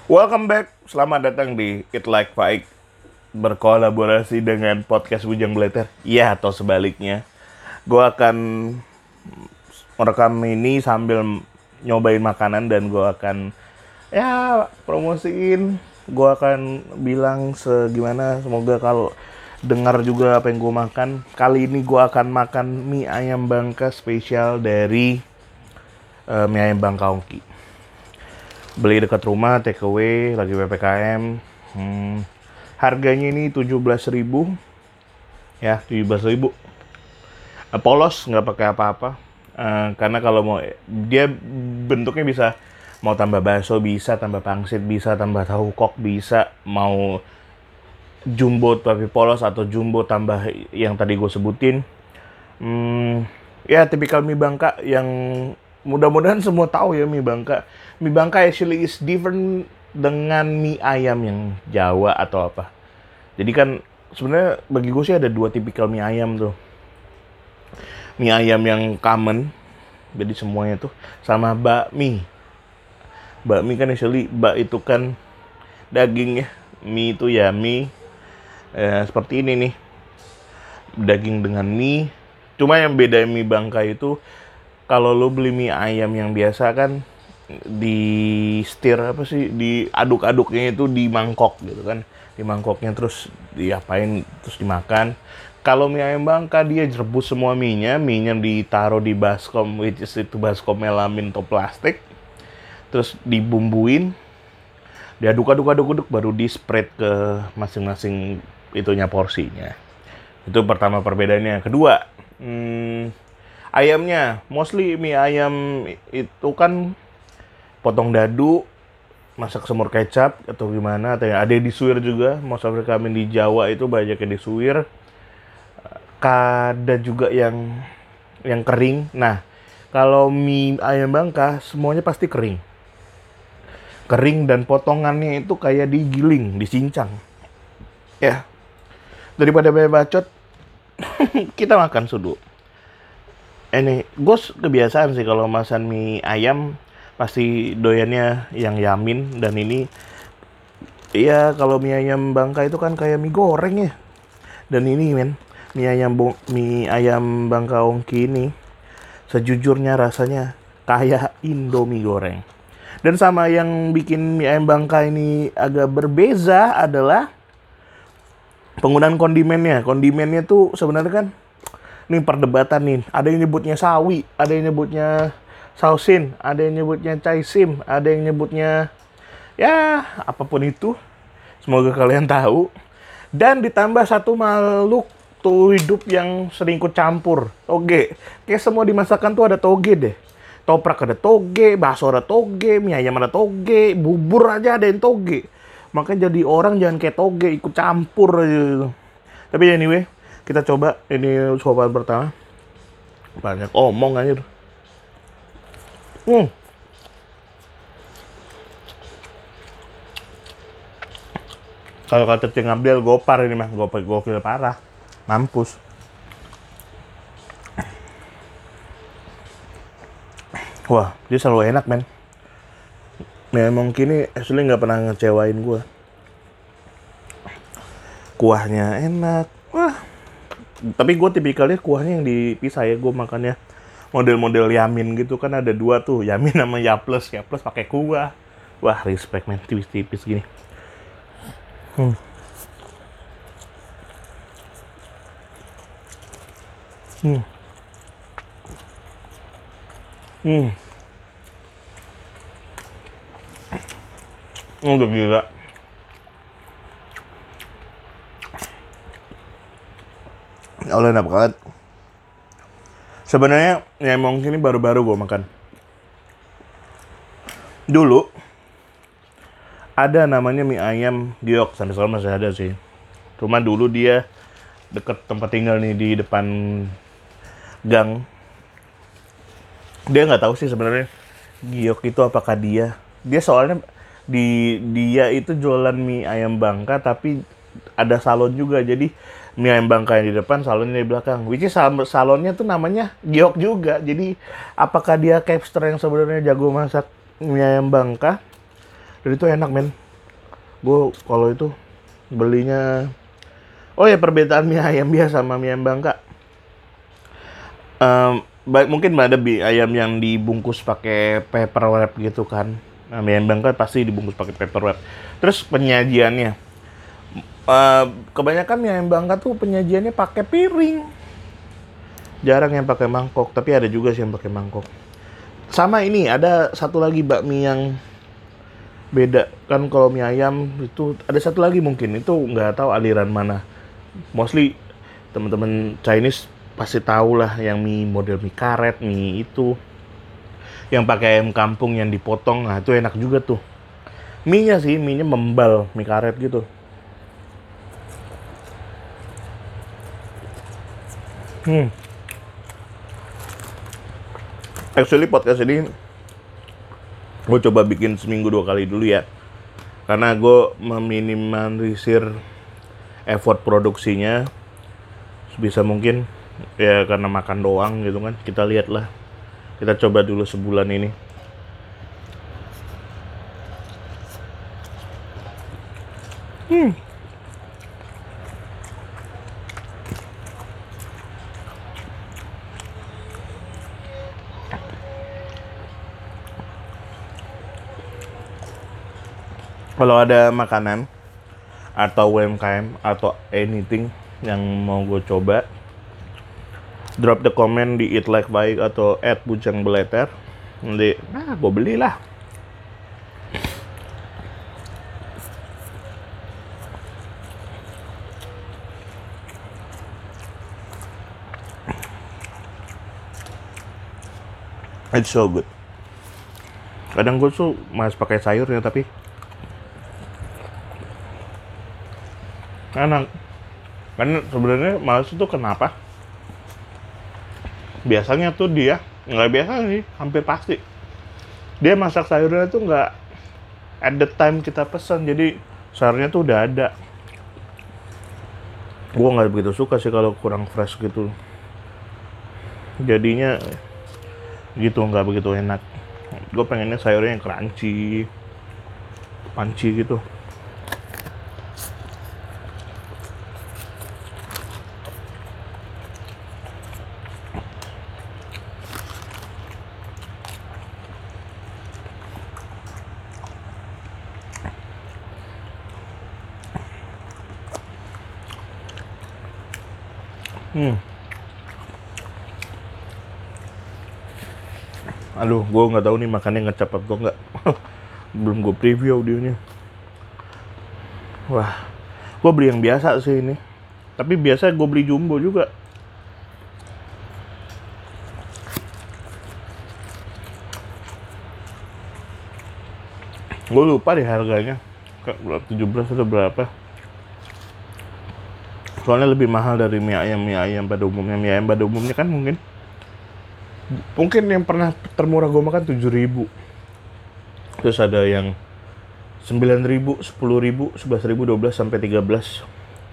Welcome back, selamat datang di It Like Faik berkolaborasi dengan podcast Bujang Beleter. Ya, atau sebaliknya. Gue akan merekam ini sambil nyobain makanan dan gue akan promosiin. Gue akan bilang segimana, semoga kalau dengar juga apa yang gue makan. Kali ini gue akan makan mie ayam Bangka spesial dari mie ayam Bangka Ongki. Beli dekat rumah, take away, lagi PPKM. Harganya ini 17.000. Ya, 17.000. Polos, nggak pakai apa-apa. Karena kalau mau, dia bentuknya bisa, mau tambah bakso bisa, tambah pangsit bisa, tambah tahu kok bisa, mau jumbo tapi polos atau jumbo tambah yang tadi gue sebutin. Ya, tipikal mie Bangka yang mudah-mudahan semua tahu ya mie Bangka. Mie Bangka actually is different dengan mie ayam yang Jawa atau apa. Jadi kan sebenarnya bagi gue sih ada dua tipikal mie ayam tuh. Mie ayam yang common, jadi semuanya tuh, sama bakmi. Bakmi kan actually, bak itu kan daging ya. Mie itu ya mie seperti ini nih. Daging dengan mie. Cuma yang beda mie Bangka itu, kalau lo beli mie ayam yang biasa kan di stir apa sih, diaduk-aduknya itu di mangkok gitu kan, di mangkoknya terus diapain, terus dimakan. Kalau mie ayam Bangka dia rebus semua mie-nya ditaruh di baskom, which is itu baskom melamin atau plastik, terus dibumbuin, diaduk-aduk baru di spread ke masing-masing itunya porsinya. Itu pertama perbedaannya. Kedua, ayamnya, mostly mie ayam itu kan potong dadu, masak semur kecap atau gimana, atau ada yang disuir juga. Most of kami di Jawa itu banyak yang disuir. Ada juga yang kering. Nah, kalau mie ayam Bangka semuanya pasti kering. Kering dan potongannya itu kayak digiling, dicincang. Ya, daripada banyak bacot, kita makan sudu. Ini gue kebiasaan sih kalau masan mie ayam pasti doyannya yang yamin, dan ini iya, kalau mie ayam Bangka itu kan kayak mie goreng ya. Dan ini mie ayam Bangka Ongki ini sejujurnya rasanya kayak Indomie goreng. Dan sama yang bikin mie ayam Bangka ini agak berbeza adalah penggunaan kondimennya. Kondimennya tuh sebenarnya kan, ini perdebatan nih. Ada yang nyebutnya sawi, ada yang nyebutnya sausin, ada yang nyebutnya caisim, ada yang nyebutnya ya apapun itu. Semoga kalian tahu. Dan ditambah satu makhluk tuh hidup yang sering ikut campur, toge. Kayak semua dimasakan tuh ada toge deh. Toprak ada toge, bakso ada toge, mie ayam ada toge, bubur aja ada yang toge. Makanya jadi orang jangan kayak toge, ikut campur aja gitu. Tapi anyway, kita coba ini sobat pertama. Banyak omong aja. Kalau kata Cing Abdel, gopar ini mah, gokil parah. Mampus. Wah, dia selalu enak, men. Memang kini asli nggak pernah ngecewain gue. Kuahnya enak. Wah. Tapi gue tipikalnya kuahnya yang dipisah ya. Gue makannya model-model yamin gitu kan, ada dua tuh, yamin sama yaples. Yaples pakai kuah. Wah, respect, men. Tipis-tipis gini. Hmm. Udah gila. Oleh enak banget. Sebenarnya ya mungkin ini baru-baru gue makan. Dulu ada namanya mie ayam giok, sampai sekarang masih ada sih. Cuma dulu dia deket tempat tinggal nih, di depan gang. Dia nggak tahu sih sebenarnya giok itu apakah dia soalnya dia itu jualan mie ayam Bangka tapi ada salon juga. Jadi mie ayam Bangka yang di depan, salonnya di belakang. Which is salonnya tuh namanya giok juga. Jadi apakah dia capster yang sebenarnya jago masak mie ayam Bangka, Dan itu enak men. Gue kalau itu belinya. Oh ya, perbedaan mie ayam biasa sama mie ayam Bangka. Mungkin ada mie ayam yang dibungkus pakai paper wrap gitu kan. Nah, mie ayam Bangka pasti dibungkus pakai paper wrap. Terus penyajiannya, kebanyakan mie ayam Bangka tuh penyajiannya pakai piring. Jarang yang pakai mangkok, tapi ada juga sih yang pakai mangkok. Sama ini ada satu lagi bakmi yang beda kan. Kalau mie ayam itu ada satu lagi, mungkin itu nggak tahu aliran mana. Mostly teman-teman Chinese pasti tahu lah yang mie model mie karet, mie itu yang pakai ayam kampung yang dipotong. Nah itu enak juga tuh. Mie-nya sih, mie-nya membal, mie karet gitu. Actually podcast ini gue coba bikin seminggu 2 kali dulu ya, karena gue meminimalisir effort produksinya sebisa mungkin ya, karena makan doang gitu kan. Kita lihat lah, kita coba dulu sebulan ini. Kalau ada makanan atau UMKM atau anything yang mau gue coba, drop the comment di Eat Like Baik atau @bujang_beleter. Nanti, gue belilah. It's so good. Kadang gue tuh mas pakai sayurnya, tapi enak. Karena sebenarnya males itu kenapa? Biasanya tuh dia nggak biasa sih, hampir pasti dia masak sayurnya tuh nggak at the time kita pesan, jadi sayurnya tuh udah ada. Gue nggak begitu suka sih kalau kurang fresh gitu, jadinya gitu nggak begitu enak. Gue pengennya sayurnya yang crunchy gitu. Aduh, gue nggak tahu nih makannya ngecap atau nggak. Belum gue preview audionya. Wah, gue beli yang biasa sih ini. Tapi biasa gue beli jumbo juga. Gue lupa deh harganya, 17 atau berapa. Soalnya lebih mahal dari mie ayam pada umumnya. Mie ayam pada umumnya kan mungkin yang pernah termurah gue makan 7.000. Terus ada yang 9.000, 10.000, 11.000, 12 sampai 13.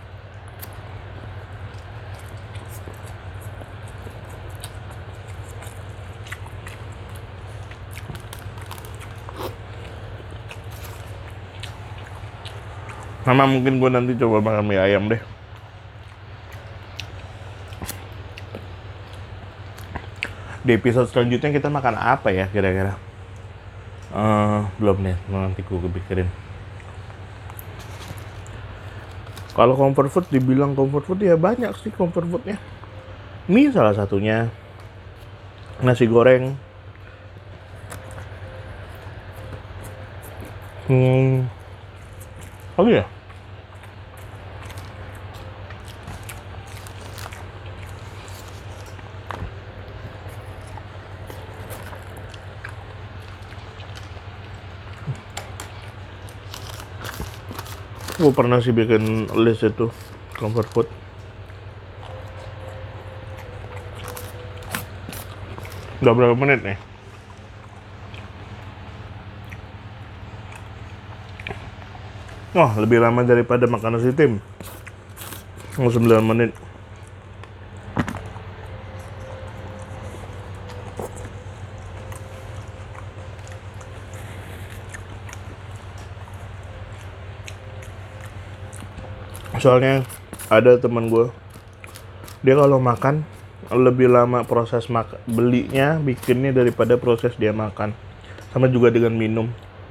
Nama mungkin gue nanti coba makan mie ayam deh. Di episode selanjutnya kita makan apa ya kira-kira? Belum nih, nanti gue kepikirin. Kalau comfort food, dibilang comfort food ya banyak sih comfort foodnya. Mie salah satunya, nasi goreng. Oh iya. Gue pernah sih bikin list itu comfort food. Udah berapa menit nih? Oh, lebih lama daripada makan nasi tim. 9 menit. Soalnya ada teman gue, dia kalau makan lebih lama proses belinya, bikinnya daripada proses dia makan. Sama juga dengan minum.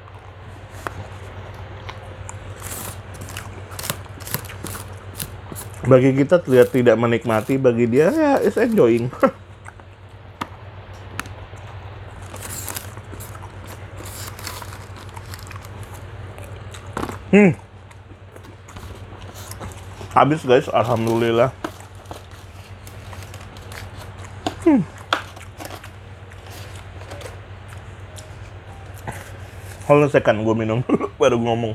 Bagi kita terlihat tidak menikmati, bagi dia ya is enjoying. Habis guys, alhamdulillah. Hold on a second, gue minum dulu baru ngomong.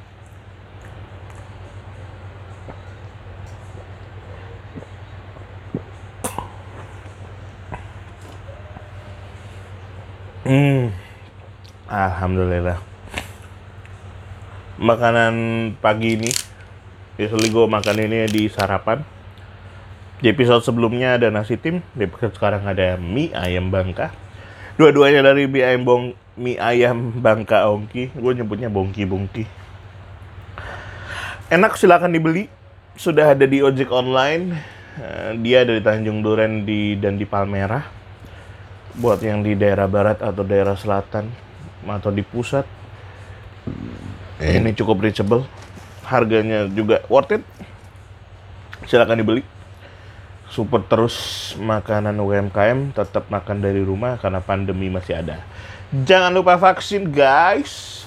Alhamdulillah. Makanan pagi ini, usually gue makan ini di sarapan. Di episode sebelumnya ada nasi tim, di episode sekarang ada mie ayam Bangka. Dua-duanya dari mie ayam Bangka Ongki. Gue nyebutnya Bongki. Enak, silakan dibeli. Sudah ada di ojek online. Dia ada di Tanjung Duren dan di Palmerah. Buat yang di daerah barat atau daerah selatan atau di pusat, ini cukup reachable. Harganya juga worth it. Silakan dibeli. Support terus makanan UMKM, tetap makan dari rumah karena pandemi masih ada. Jangan lupa vaksin guys.